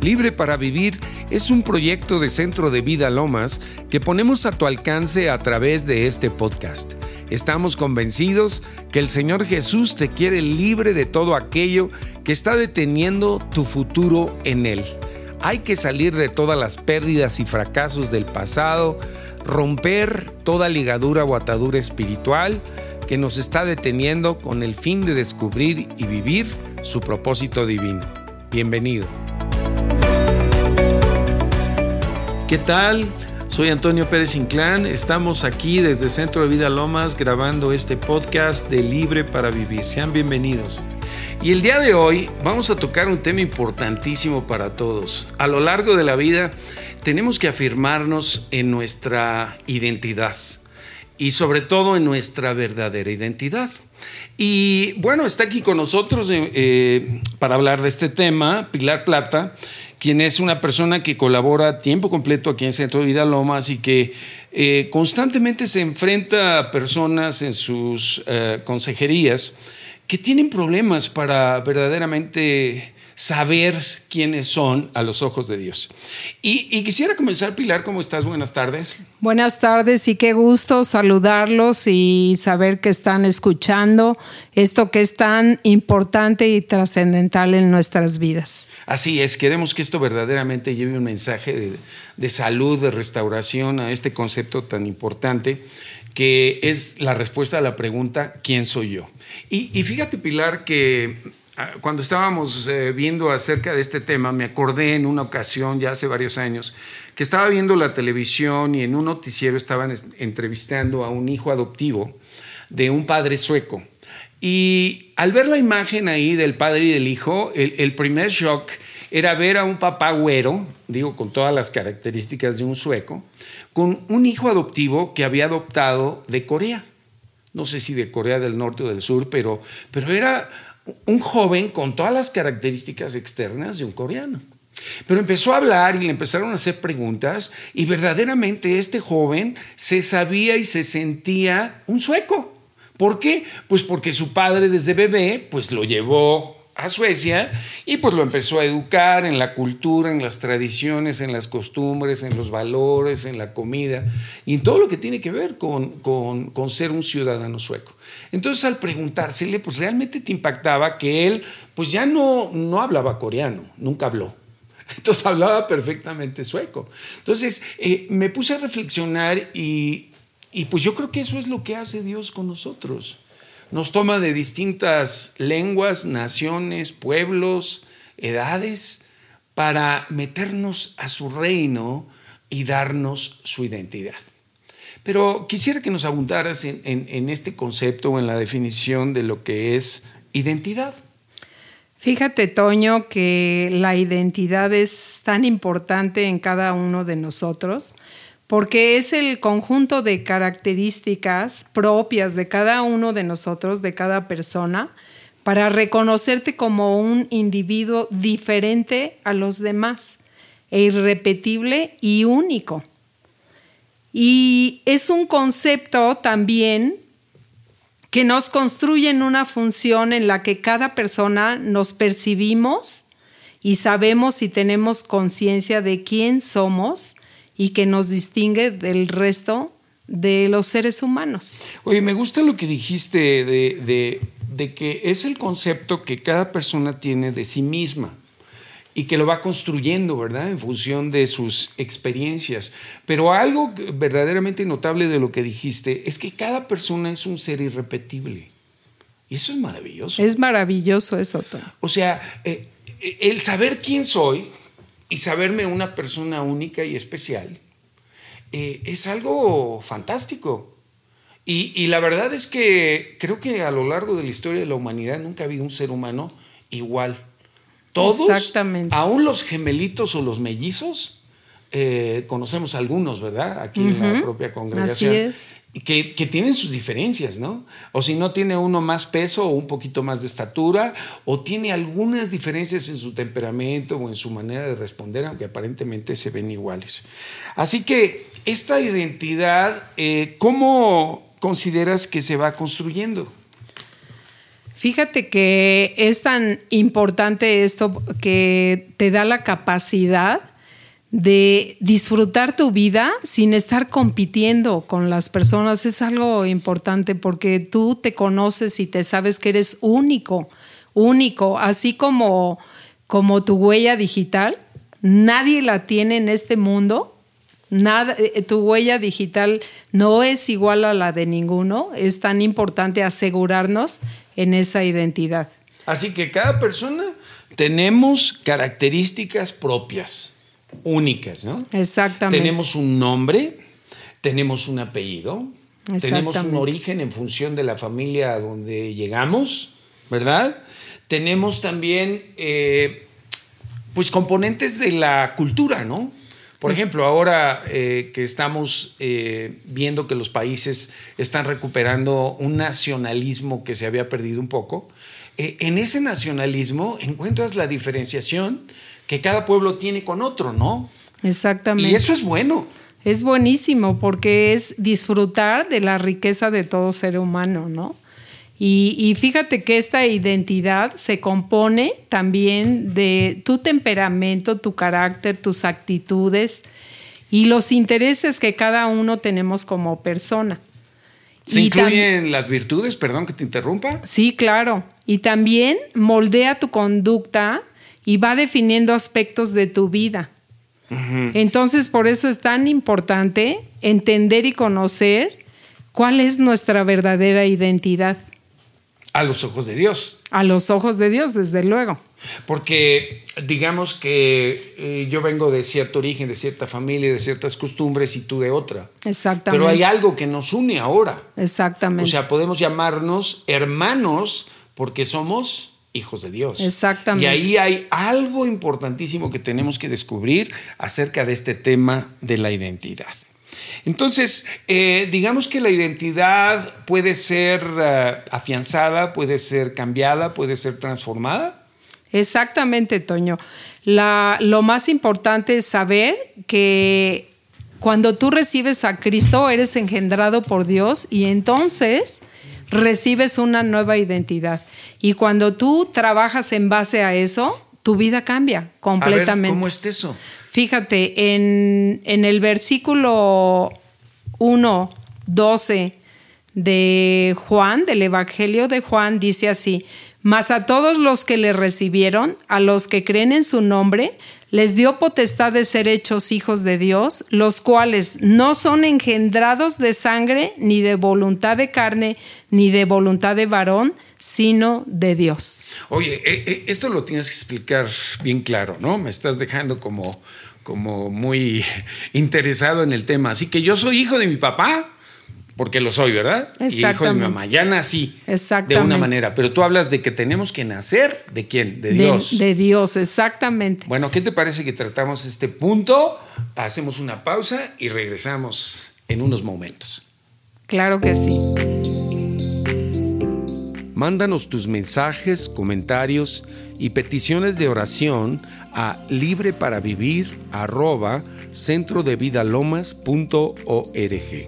Libre para Vivir es un proyecto de Centro de Vida Lomas que ponemos a tu alcance a través de este podcast. Estamos convencidos que el Señor Jesús te quiere libre de todo aquello que está deteniendo tu futuro en Él. Hay que salir de todas las pérdidas y fracasos del pasado, romper toda ligadura o atadura espiritual que nos está deteniendo con el fin de descubrir y vivir su propósito divino. Bienvenido. ¿Qué tal? Soy Antonio Pérez Inclán. Estamos aquí desde Centro de Vida Lomas grabando este podcast de Libre para Vivir. Sean bienvenidos. Y el día de hoy vamos a tocar un tema importantísimo para todos. A lo largo de la vida tenemos que afirmarnos en nuestra identidad y sobre todo en nuestra verdadera identidad. Y bueno, está aquí con nosotros para hablar de este tema Pilar Plata, quien es una persona que colabora a tiempo completo aquí en Centro de Vida Lomas y que constantemente se enfrenta a personas en sus consejerías que tienen problemas para verdaderamente saber quiénes son a los ojos de Dios. Y quisiera comenzar, Pilar, ¿cómo estás? Buenas tardes. Buenas tardes y qué gusto saludarlos y saber que están escuchando esto que es tan importante y trascendental en nuestras vidas. Así es, queremos que esto verdaderamente lleve un mensaje de salud, de restauración a este concepto tan importante que es la respuesta a la pregunta ¿quién soy yo? Y fíjate, Pilar, que cuando estábamos viendo acerca de este tema, me acordé en una ocasión, ya hace varios años, que estaba viendo la televisión y en un noticiero estaban entrevistando a un hijo adoptivo de un padre sueco. Y al ver la imagen ahí del padre y del hijo, el primer shock era ver a un papá güero, digo, con todas las características de un sueco, con un hijo adoptivo que había adoptado de Corea. No sé si de Corea del Norte o del Sur, pero era un joven con todas las características externas de un coreano. Pero empezó a hablar y le empezaron a hacer preguntas y verdaderamente este joven se sabía y se sentía un sueco. ¿Por qué? Pues porque su padre desde bebé pues lo llevó a Suecia y pues lo empezó a educar en la cultura, en las tradiciones, en las costumbres, en los valores, en la comida y en todo lo que tiene que ver con ser un ciudadano sueco. Entonces al preguntársele pues realmente te impactaba que él pues ya no hablaba coreano, nunca habló. Entonces hablaba perfectamente sueco. Entonces me puse a reflexionar y pues yo creo que eso es lo que hace Dios con nosotros. Nos toma de distintas lenguas, naciones, pueblos, edades, para meternos a su reino y darnos su identidad. Pero quisiera que nos abundaras en este concepto o en la definición de lo que es identidad. Fíjate, Toño, que la identidad es tan importante en cada uno de nosotros porque es el conjunto de características propias de cada uno de nosotros, de cada persona, para reconocerte como un individuo diferente a los demás, e irrepetible y único. Y es un concepto también que nos construye en una función en la que cada persona nos percibimos y sabemos y tenemos conciencia de quién somos y que nos distingue del resto de los seres humanos. Oye, me gusta lo que dijiste de que es el concepto que cada persona tiene de sí misma y que lo va construyendo, ¿verdad?, en función de sus experiencias. Pero algo verdaderamente notable de lo que dijiste es que cada persona es un ser irrepetible. Y eso es maravilloso. Es maravilloso eso, Tom. O sea, el saber quién soy y saberme una persona única y especial es algo fantástico. Y la verdad es que creo que a lo largo de la historia de la humanidad nunca ha habido un ser humano igual. Todos, exactamente, aún los gemelitos o los mellizos, conocemos algunos, ¿verdad? Aquí en la propia congregación. Así es. Que tienen sus diferencias, ¿no? O si no tiene uno más peso o un poquito más de estatura, o tiene algunas diferencias en su temperamento o en su manera de responder, aunque aparentemente se ven iguales. Así que esta identidad, ¿cómo consideras que se va construyendo? Fíjate que es tan importante esto que te da la capacidad de disfrutar tu vida sin estar compitiendo con las personas. Es algo importante porque tú te conoces y te sabes que eres único, así como tu huella digital. Nadie la tiene en este mundo. Nada, tu huella digital no es igual a la de ninguno. Es tan importante asegurarnos en esa identidad. Así que cada persona tenemos características propias, únicas, ¿no? Exactamente. Tenemos un nombre, tenemos un apellido, tenemos un origen en función de la familia a donde llegamos, ¿verdad? Tenemos también pues componentes de la cultura, ¿no? Por ejemplo, ahora que estamos viendo que los países están recuperando un nacionalismo que se había perdido un poco, en ese nacionalismo encuentras la diferenciación que cada pueblo tiene con otro, ¿no? Exactamente. Y eso es bueno. Es buenísimo porque es disfrutar de la riqueza de todo ser humano, ¿no? Y fíjate que esta identidad se compone también de tu temperamento, tu carácter, tus actitudes y los intereses que cada uno tenemos como persona. ¿Se incluyen las virtudes? Perdón que te interrumpa. Sí, claro. Y también moldea tu conducta y va definiendo aspectos de tu vida. Uh-huh. Entonces, por eso es tan importante entender y conocer cuál es nuestra verdadera identidad. A los ojos de Dios. A los ojos de Dios, desde luego. Porque digamos que yo vengo de cierto origen, de cierta familia, de ciertas costumbres y tú de otra. Exactamente. Pero hay algo que nos une ahora. Exactamente. O sea, podemos llamarnos hermanos porque somos hijos de Dios. Exactamente. Y ahí hay algo importantísimo que tenemos que descubrir acerca de este tema de la identidad. Entonces, digamos que la identidad puede ser afianzada, puede ser cambiada, puede ser transformada. Exactamente, Toño. Lo más importante es saber que cuando tú recibes a Cristo, eres engendrado por Dios y entonces recibes una nueva identidad. Y cuando tú trabajas en base a eso, tu vida cambia completamente. A ver, ¿cómo es eso? Fíjate, en el versículo 1:12 de Juan, del Evangelio de Juan, dice así: mas a todos los que le recibieron, a los que creen en su nombre, les dio potestad de ser hechos hijos de Dios, los cuales no son engendrados de sangre, ni de voluntad de carne, ni de voluntad de varón, sino de Dios. Oye, esto lo tienes que explicar bien claro, ¿no? Me estás dejando como muy interesado en el tema. Así que yo soy hijo de mi papá, porque lo soy, ¿verdad? Y hijo de mi mamá. Ya nací de una manera. Pero tú hablas de que tenemos que nacer, ¿de quién? De Dios. De Dios, exactamente. Bueno, ¿qué te parece que tratamos este punto? Hacemos una pausa y regresamos en unos momentos. Claro que sí. Mándanos tus mensajes, comentarios y peticiones de oración a libreparavivir@centrodevidalomas.org.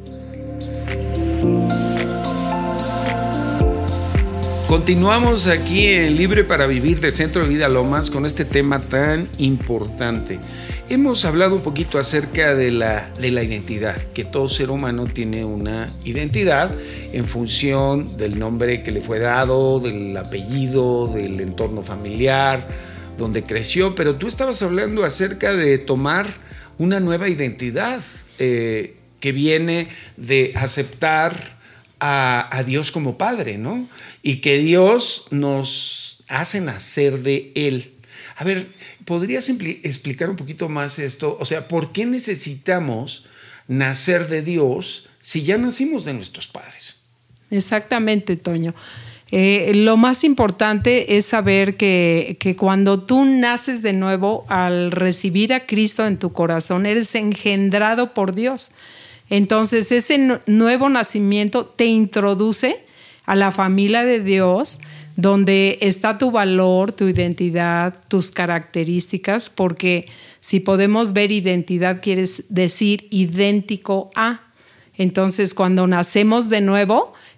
Continuamos aquí en Libre para Vivir de Centro de Vida Lomas con este tema tan importante. Hemos hablado un poquito acerca de la identidad, que todo ser humano tiene una identidad en función del nombre que le fue dado, del apellido, del entorno familiar, donde creció, pero tú estabas hablando acerca de tomar una nueva identidad que viene de aceptar a Dios como Padre, ¿no? Y que Dios nos hace nacer de Él. A ver, ¿podrías explicar un poquito más esto? O sea, ¿por qué necesitamos nacer de Dios si ya nacimos de nuestros padres? Exactamente, Toño. Lo más importante es saber que cuando tú naces de nuevo, al recibir a Cristo en tu corazón, eres engendrado por Dios. Entonces, ese nuevo nacimiento te introduce a la familia de Dios, donde está tu valor, tu identidad, tus características, porque si podemos ver identidad, quiere decir idéntico a. Entonces, cuando nacemos de nuevo,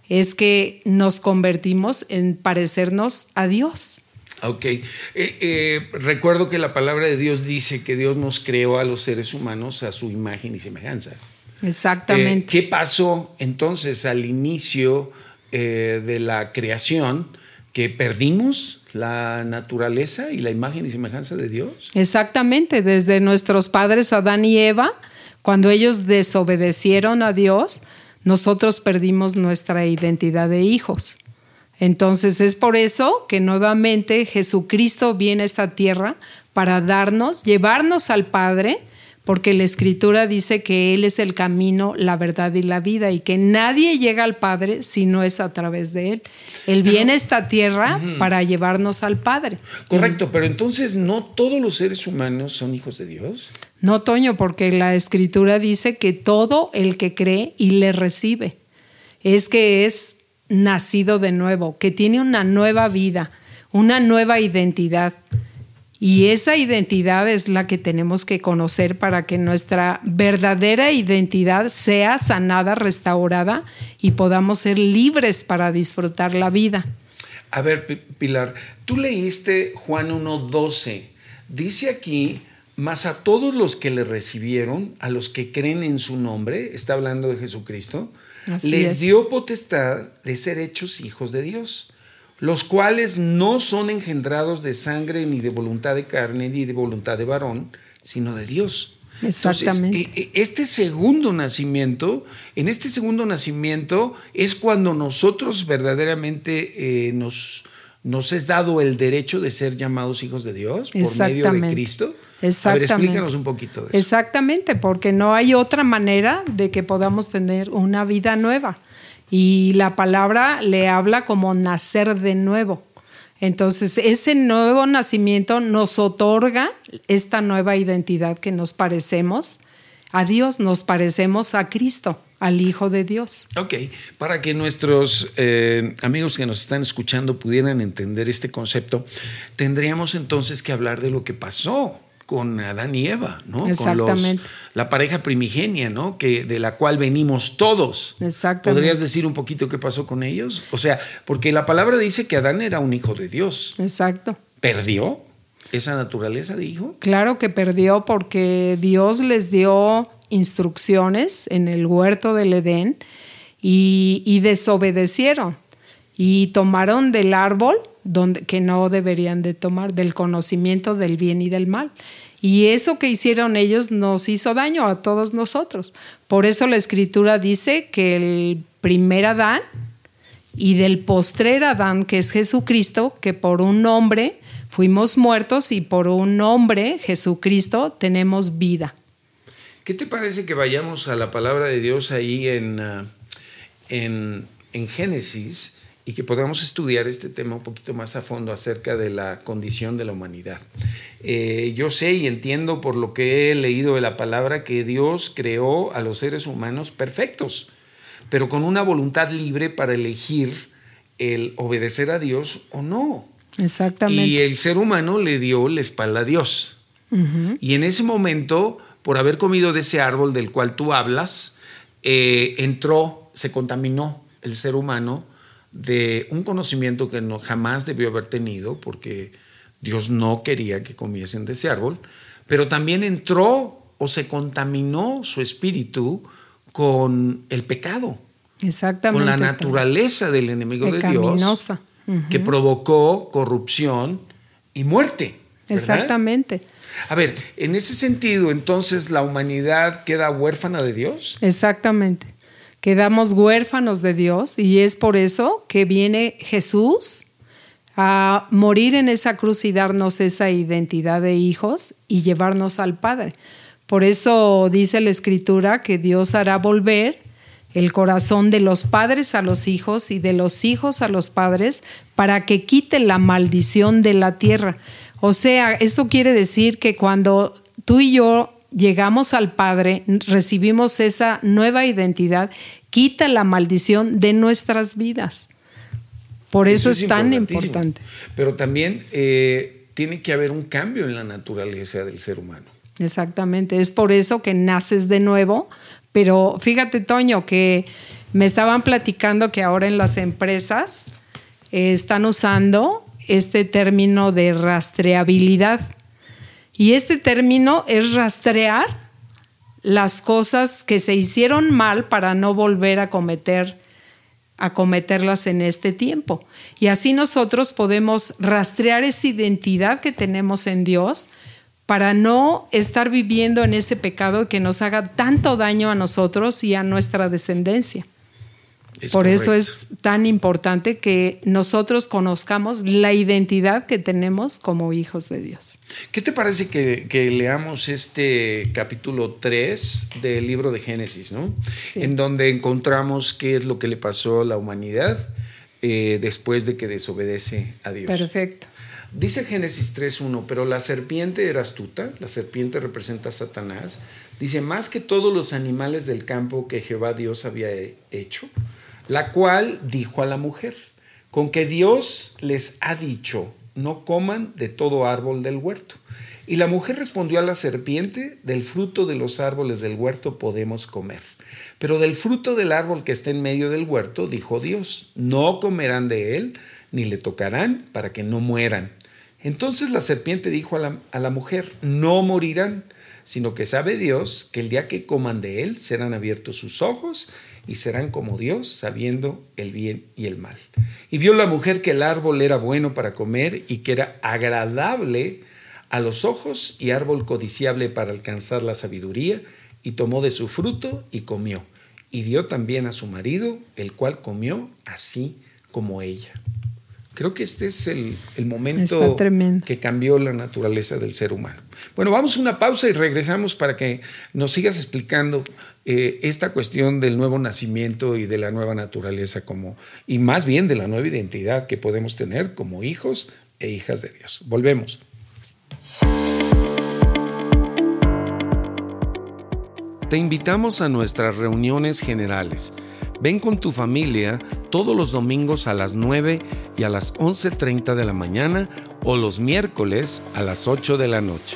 es que nos convertimos en parecernos a Dios. Ok. Recuerdo que la palabra de Dios dice que Dios nos creó a los seres humanos a su imagen y semejanza. Exactamente. ¿Qué pasó entonces al inicio de la creación? ¿Que perdimos la naturaleza y la imagen y semejanza de Dios? Exactamente. Desde nuestros padres Adán y Eva, cuando ellos desobedecieron a Dios, nosotros perdimos nuestra identidad de hijos. Entonces es por eso que nuevamente Jesucristo viene a esta tierra para llevarnos al Padre, porque la Escritura dice que Él es el camino, la verdad y la vida, y que nadie llega al Padre si no es a través de Él. Él viene a esta tierra para llevarnos al Padre. Correcto, pero entonces ¿no todos los seres humanos son hijos de Dios? No, Toño, porque la Escritura dice que todo el que cree y le recibe es nacido de nuevo, que tiene una nueva vida, una nueva identidad. Y esa identidad es la que tenemos que conocer para que nuestra verdadera identidad sea sanada, restaurada y podamos ser libres para disfrutar la vida. A ver, Pilar, tú leíste Juan 1:12. Dice aquí, mas a todos los que le recibieron, a los que creen en su nombre, está hablando de Jesucristo, les dio potestad de ser hechos hijos de Dios, los cuales no son engendrados de sangre, ni de voluntad de carne, ni de voluntad de varón, sino de Dios. Exactamente. Entonces, este segundo nacimiento, en este segundo nacimiento es cuando nosotros verdaderamente nos es dado el derecho de ser llamados hijos de Dios por medio de Cristo. A ver, explícanos un poquito de eso. Exactamente, porque no hay otra manera de que podamos tener una vida nueva. Y la palabra le habla como nacer de nuevo. Entonces, ese nuevo nacimiento nos otorga esta nueva identidad que nos parecemos a Dios, nos parecemos a Cristo, al Hijo de Dios. Ok, para que nuestros amigos que nos están escuchando pudieran entender este concepto, tendríamos entonces que hablar de lo que pasó con Adán y Eva, ¿no? Exactamente. Con la pareja primigenia, ¿no? De la cual venimos todos. Exactamente. ¿Podrías decir un poquito qué pasó con ellos? O sea, porque la palabra dice que Adán era un hijo de Dios. Exacto. ¿Perdió esa naturaleza de hijo? Claro que perdió, porque Dios les dio instrucciones en el huerto del Edén y desobedecieron y tomaron del árbol que no deberían de tomar, del conocimiento del bien y del mal. Y eso que hicieron ellos nos hizo daño a todos nosotros. Por eso la Escritura dice que el primer Adán y del postrer Adán, que es Jesucristo, que por un hombre fuimos muertos y por un hombre, Jesucristo, tenemos vida. ¿Qué te parece que vayamos a la palabra de Dios ahí en Génesis y que podamos estudiar este tema un poquito más a fondo acerca de la condición de la humanidad? Yo sé y entiendo por lo que he leído de la palabra que Dios creó a los seres humanos perfectos, pero con una voluntad libre para elegir el obedecer a Dios o no. Exactamente. Y el ser humano le dio la espalda a Dios. Uh-huh. Y en ese momento, por haber comido de ese árbol del cual tú hablas, se contaminó el ser humano de un conocimiento que jamás debió haber tenido, porque Dios no quería que comiesen de ese árbol, pero también entró o se contaminó su espíritu con el pecado. Exactamente. Con la naturaleza del enemigo de Dios, que provocó corrupción y muerte. ¿Verdad? Exactamente. A ver, en ese sentido, entonces, ¿la humanidad queda huérfana de Dios? Exactamente. Quedamos huérfanos de Dios, y es por eso que viene Jesús a morir en esa cruz y darnos esa identidad de hijos y llevarnos al Padre. Por eso dice la Escritura que Dios hará volver el corazón de los padres a los hijos y de los hijos a los padres para que quite la maldición de la tierra. O sea, eso quiere decir que cuando tú y yo llegamos al Padre, recibimos esa nueva identidad, quita la maldición de nuestras vidas. Por eso es tan importante. Pero también tiene que haber un cambio en la naturaleza del ser humano. Exactamente, es por eso que naces de nuevo. Pero fíjate, Toño, que Me estaban platicando que ahora en las empresas están usando este término de rastreabilidad. Y este término es rastrear las cosas que se hicieron mal para no volver a cometerlas en este tiempo. Y así nosotros podemos rastrear esa identidad que tenemos en Dios para no estar viviendo en ese pecado que nos haga tanto daño a nosotros y a nuestra descendencia. Por eso es tan importante que nosotros conozcamos la identidad que tenemos como hijos de Dios. ¿Qué te parece que leamos este capítulo 3 del libro de Génesis, ¿no? Sí. En donde encontramos qué es lo que le pasó a la humanidad después de que desobedece a Dios. Perfecto. Dice Génesis 3:1, pero la serpiente era astuta, la serpiente representa a Satanás. Dice, más que todos los animales del campo que Jehová Dios había hecho, la cual dijo a la mujer, con que Dios les ha dicho, no coman de todo árbol del huerto. Y la mujer respondió a la serpiente, del fruto de los árboles del huerto podemos comer. Pero del fruto del árbol que está en medio del huerto, dijo Dios, no comerán de él, ni le tocarán, para que no mueran. Entonces la serpiente dijo a la mujer, no morirán, sino que sabe Dios que el día que coman de él serán abiertos sus ojos y serán como Dios, sabiendo el bien y el mal. Y vio la mujer que el árbol era bueno para comer y que era agradable a los ojos y árbol codiciable para alcanzar la sabiduría, y tomó de su fruto y comió. Y dio también a su marido, el cual comió así como ella. Creo que este es el momento que cambió la naturaleza del ser humano. Bueno, vamos a una pausa y regresamos para que nos sigas explicando esta cuestión del nuevo nacimiento y de la nueva naturaleza y más bien de la nueva identidad que podemos tener como hijos e hijas de Dios. Volvemos. Te invitamos a nuestras reuniones generales. Ven con tu familia todos los domingos a las 9 y a las 11:30 de la mañana o los miércoles a las 8 de la noche.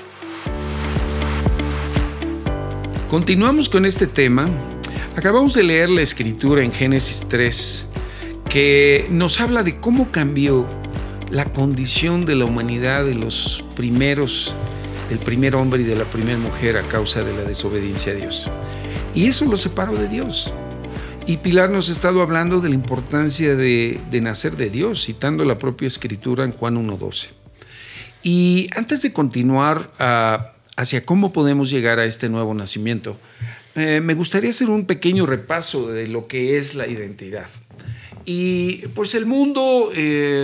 Continuamos con este tema. Acabamos de leer la escritura en Génesis 3 que nos habla de cómo cambió la condición de la humanidad de los primeros, del primer hombre y de la primera mujer a causa de la desobediencia a Dios. Y eso lo separó de Dios. Y Pilar nos ha estado hablando de la importancia de nacer de Dios, citando la propia escritura en Juan 1:12. Y antes de continuar hacia cómo podemos llegar a este nuevo nacimiento, me gustaría hacer un pequeño repaso de lo que es la identidad. Y pues el mundo,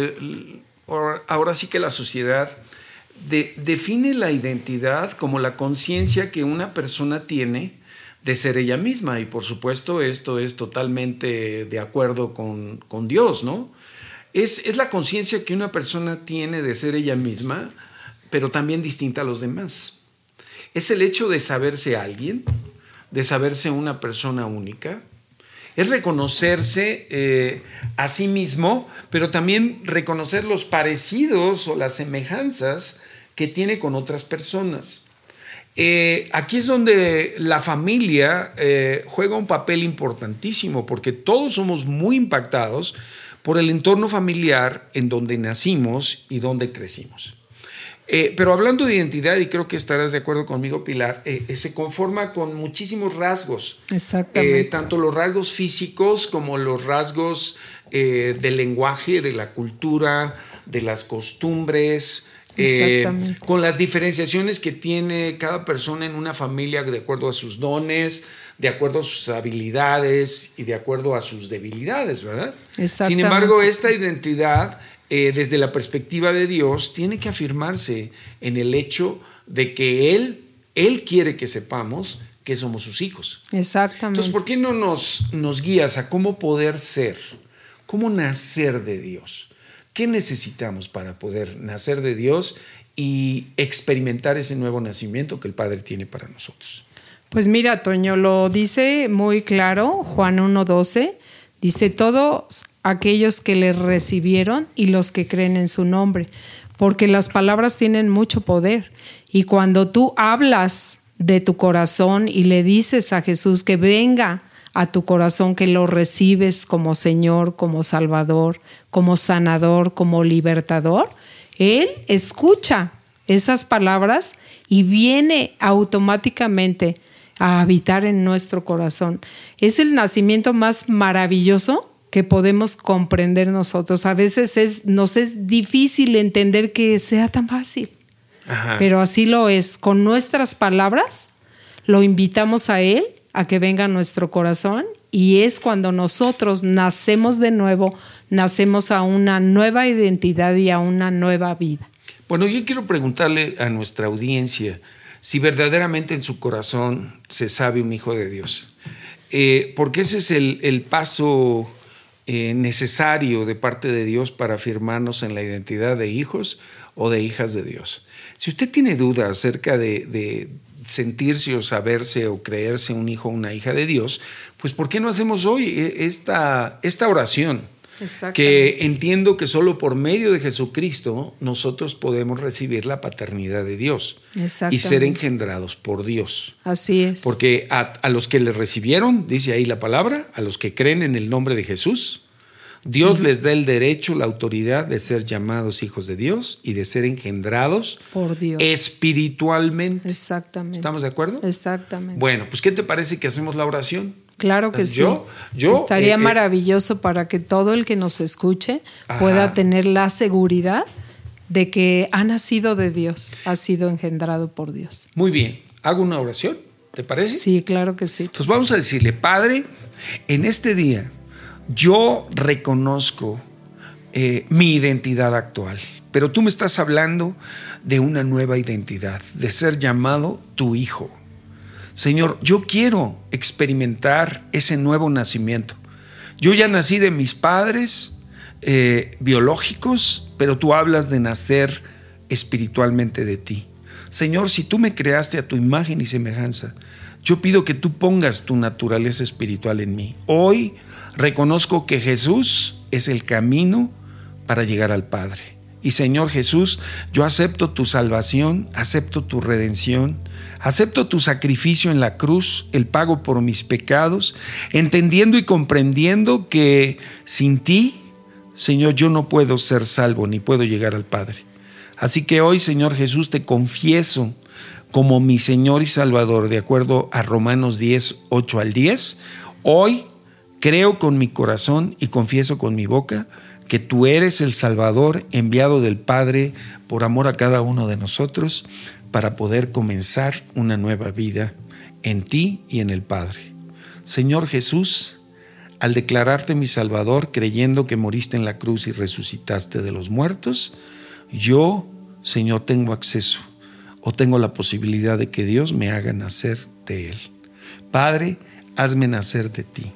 ahora sí que la sociedad, define la identidad como la conciencia que una persona tiene de ser ella misma, y por supuesto esto es totalmente de acuerdo con Dios, ¿no? Es la conciencia que una persona tiene de ser ella misma, pero también distinta a los demás. Es el hecho de saberse alguien, de saberse una persona única, es reconocerse a sí mismo, pero también reconocer los parecidos o las semejanzas que tiene con otras personas. Aquí es donde la familia juega un papel importantísimo, porque todos somos muy impactados por el entorno familiar en donde nacimos y donde crecimos. Pero hablando de identidad, y creo que estarás de acuerdo conmigo, Pilar, se conforma con muchísimos rasgos. Exactamente. Tanto los rasgos físicos como los rasgos del lenguaje, de la cultura, de las costumbres, con las diferenciaciones que tiene cada persona en una familia de acuerdo a sus dones, de acuerdo a sus habilidades y de acuerdo a sus debilidades, ¿verdad? Sin embargo, esta identidad, desde la perspectiva de Dios, tiene que afirmarse en el hecho de que Él quiere que sepamos que somos sus hijos. Exactamente. Entonces, ¿por qué no nos guías a cómo poder ser, cómo nacer de Dios? ¿Qué necesitamos para poder nacer de Dios y experimentar ese nuevo nacimiento que el Padre tiene para nosotros? Pues mira, Toño, lo dice muy claro, Juan 1:12, dice, todos aquellos que le recibieron y los que creen en su nombre, porque las palabras tienen mucho poder. Y cuando tú hablas de tu corazón y le dices a Jesús que venga a tu corazón, que lo recibes como Señor, como Salvador, como sanador, como libertador, Él escucha esas palabras y viene automáticamente a habitar en nuestro corazón. Es el nacimiento más maravilloso que podemos comprender nosotros. A veces nos es difícil entender que sea tan fácil. Ajá. Pero así lo es. Con nuestras palabras lo invitamos a Él a que venga a nuestro corazón, y es cuando nosotros nacemos de nuevo, nacemos a una nueva identidad y a una nueva vida. Bueno, yo quiero preguntarle a nuestra audiencia si verdaderamente en su corazón se sabe un hijo de Dios. Porque ese es el paso necesario de parte de Dios para afirmarnos en la identidad de hijos o de hijas de Dios. Si usted tiene duda acerca de sentirse o saberse o creerse un hijo o una hija de Dios, pues ¿por qué no hacemos hoy esta oración? Que entiendo que solo por medio de Jesucristo nosotros podemos recibir la paternidad de Dios y ser engendrados por Dios. Así es. Porque a los que le recibieron, dice ahí la palabra, a los que creen en el nombre de Jesús, Dios les da el derecho, la autoridad de ser llamados hijos de Dios y de ser engendrados por Dios espiritualmente. Exactamente. ¿Estamos de acuerdo? Exactamente. Bueno, pues ¿qué te parece que hacemos la oración? Claro que sí. Estaría maravilloso para que todo el que nos escuche pueda tener la seguridad de que ha nacido de Dios, ha sido engendrado por Dios. Muy bien. ¿Hago una oración? ¿Te parece? Sí, claro que sí. Entonces vamos a decirle: Padre, en este día yo reconozco mi identidad actual, pero tú me estás hablando de una nueva identidad, de ser llamado tu hijo. Señor, yo quiero experimentar ese nuevo nacimiento. Yo ya nací de mis padres biológicos, pero tú hablas de nacer espiritualmente de ti. Señor, si tú me creaste a tu imagen y semejanza, yo pido que tú pongas tu naturaleza espiritual en mí. Hoy reconozco que Jesús es el camino para llegar al Padre. Y Señor Jesús, yo acepto tu salvación, acepto tu redención, acepto tu sacrificio en la cruz, el pago por mis pecados, entendiendo y comprendiendo que sin ti, Señor, yo no puedo ser salvo ni puedo llegar al Padre. Así que hoy, Señor Jesús, te confieso como mi Señor y Salvador, de acuerdo a Romanos 10, 8 al 10. Hoy creo con mi corazón y confieso con mi boca que tú eres el Salvador enviado del Padre por amor a cada uno de nosotros para poder comenzar una nueva vida en ti y en el Padre. Señor Jesús, al declararte mi Salvador, creyendo que moriste en la cruz y resucitaste de los muertos, yo, Señor, tengo acceso o tengo la posibilidad de que Dios me haga nacer de Él. Padre, hazme nacer de ti.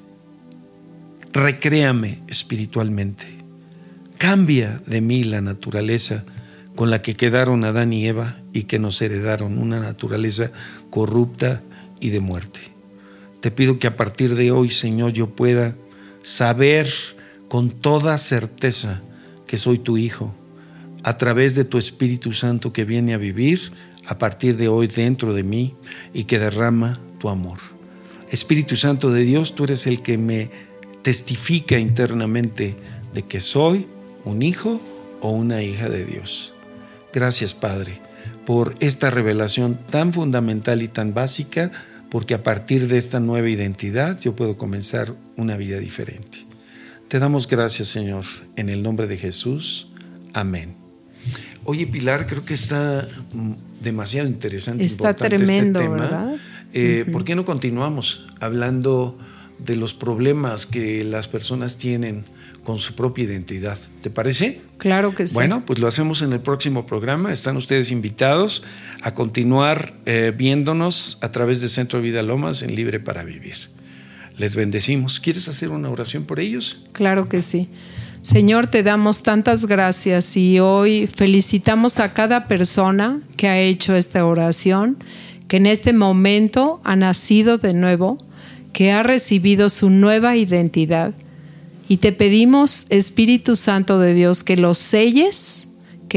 Recréame espiritualmente. Cambia de mí la naturaleza con la que quedaron Adán y Eva y que nos heredaron, una naturaleza corrupta y de muerte. Te pido que a partir de hoy, Señor, yo pueda saber con toda certeza que soy tu hijo, a través de tu Espíritu Santo que viene a vivir a partir de hoy dentro de mí y que derrama tu amor. Espíritu Santo de Dios, tú eres el que me testifica internamente de que soy un hijo o una hija de Dios. Gracias, Padre, por esta revelación tan fundamental y tan básica, porque a partir de esta nueva identidad yo puedo comenzar una vida diferente. Te damos gracias, Señor, en el nombre de Jesús. Amén. Oye, Pilar, creo que está demasiado interesante. Está tremendo, este tema, ¿verdad? ¿Por qué no continuamos hablando de los problemas que las personas tienen con su propia identidad? ¿Te parece? Claro que sí. Bueno, pues lo hacemos en el próximo programa. Están ustedes invitados a continuar viéndonos a través de Centro de Vida Lomas en Libre para Vivir. Les bendecimos. ¿Quieres hacer una oración por ellos? Claro que sí. Señor, te damos tantas gracias y hoy felicitamos a cada persona que ha hecho esta oración, que en este momento ha nacido de nuevo, que ha recibido su nueva identidad. Y te pedimos, Espíritu Santo de Dios, que los selles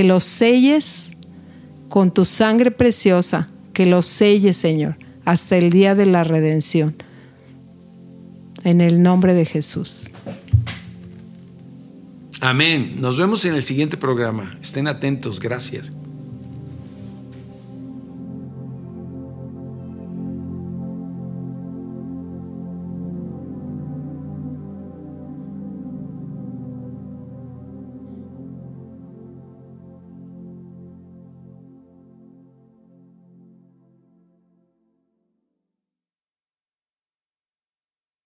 con tu sangre preciosa, que los selles, Señor, hasta el día de la redención. en el nombre de Jesús. Amén. Nos vemos en el siguiente programa. Estén atentos. Gracias.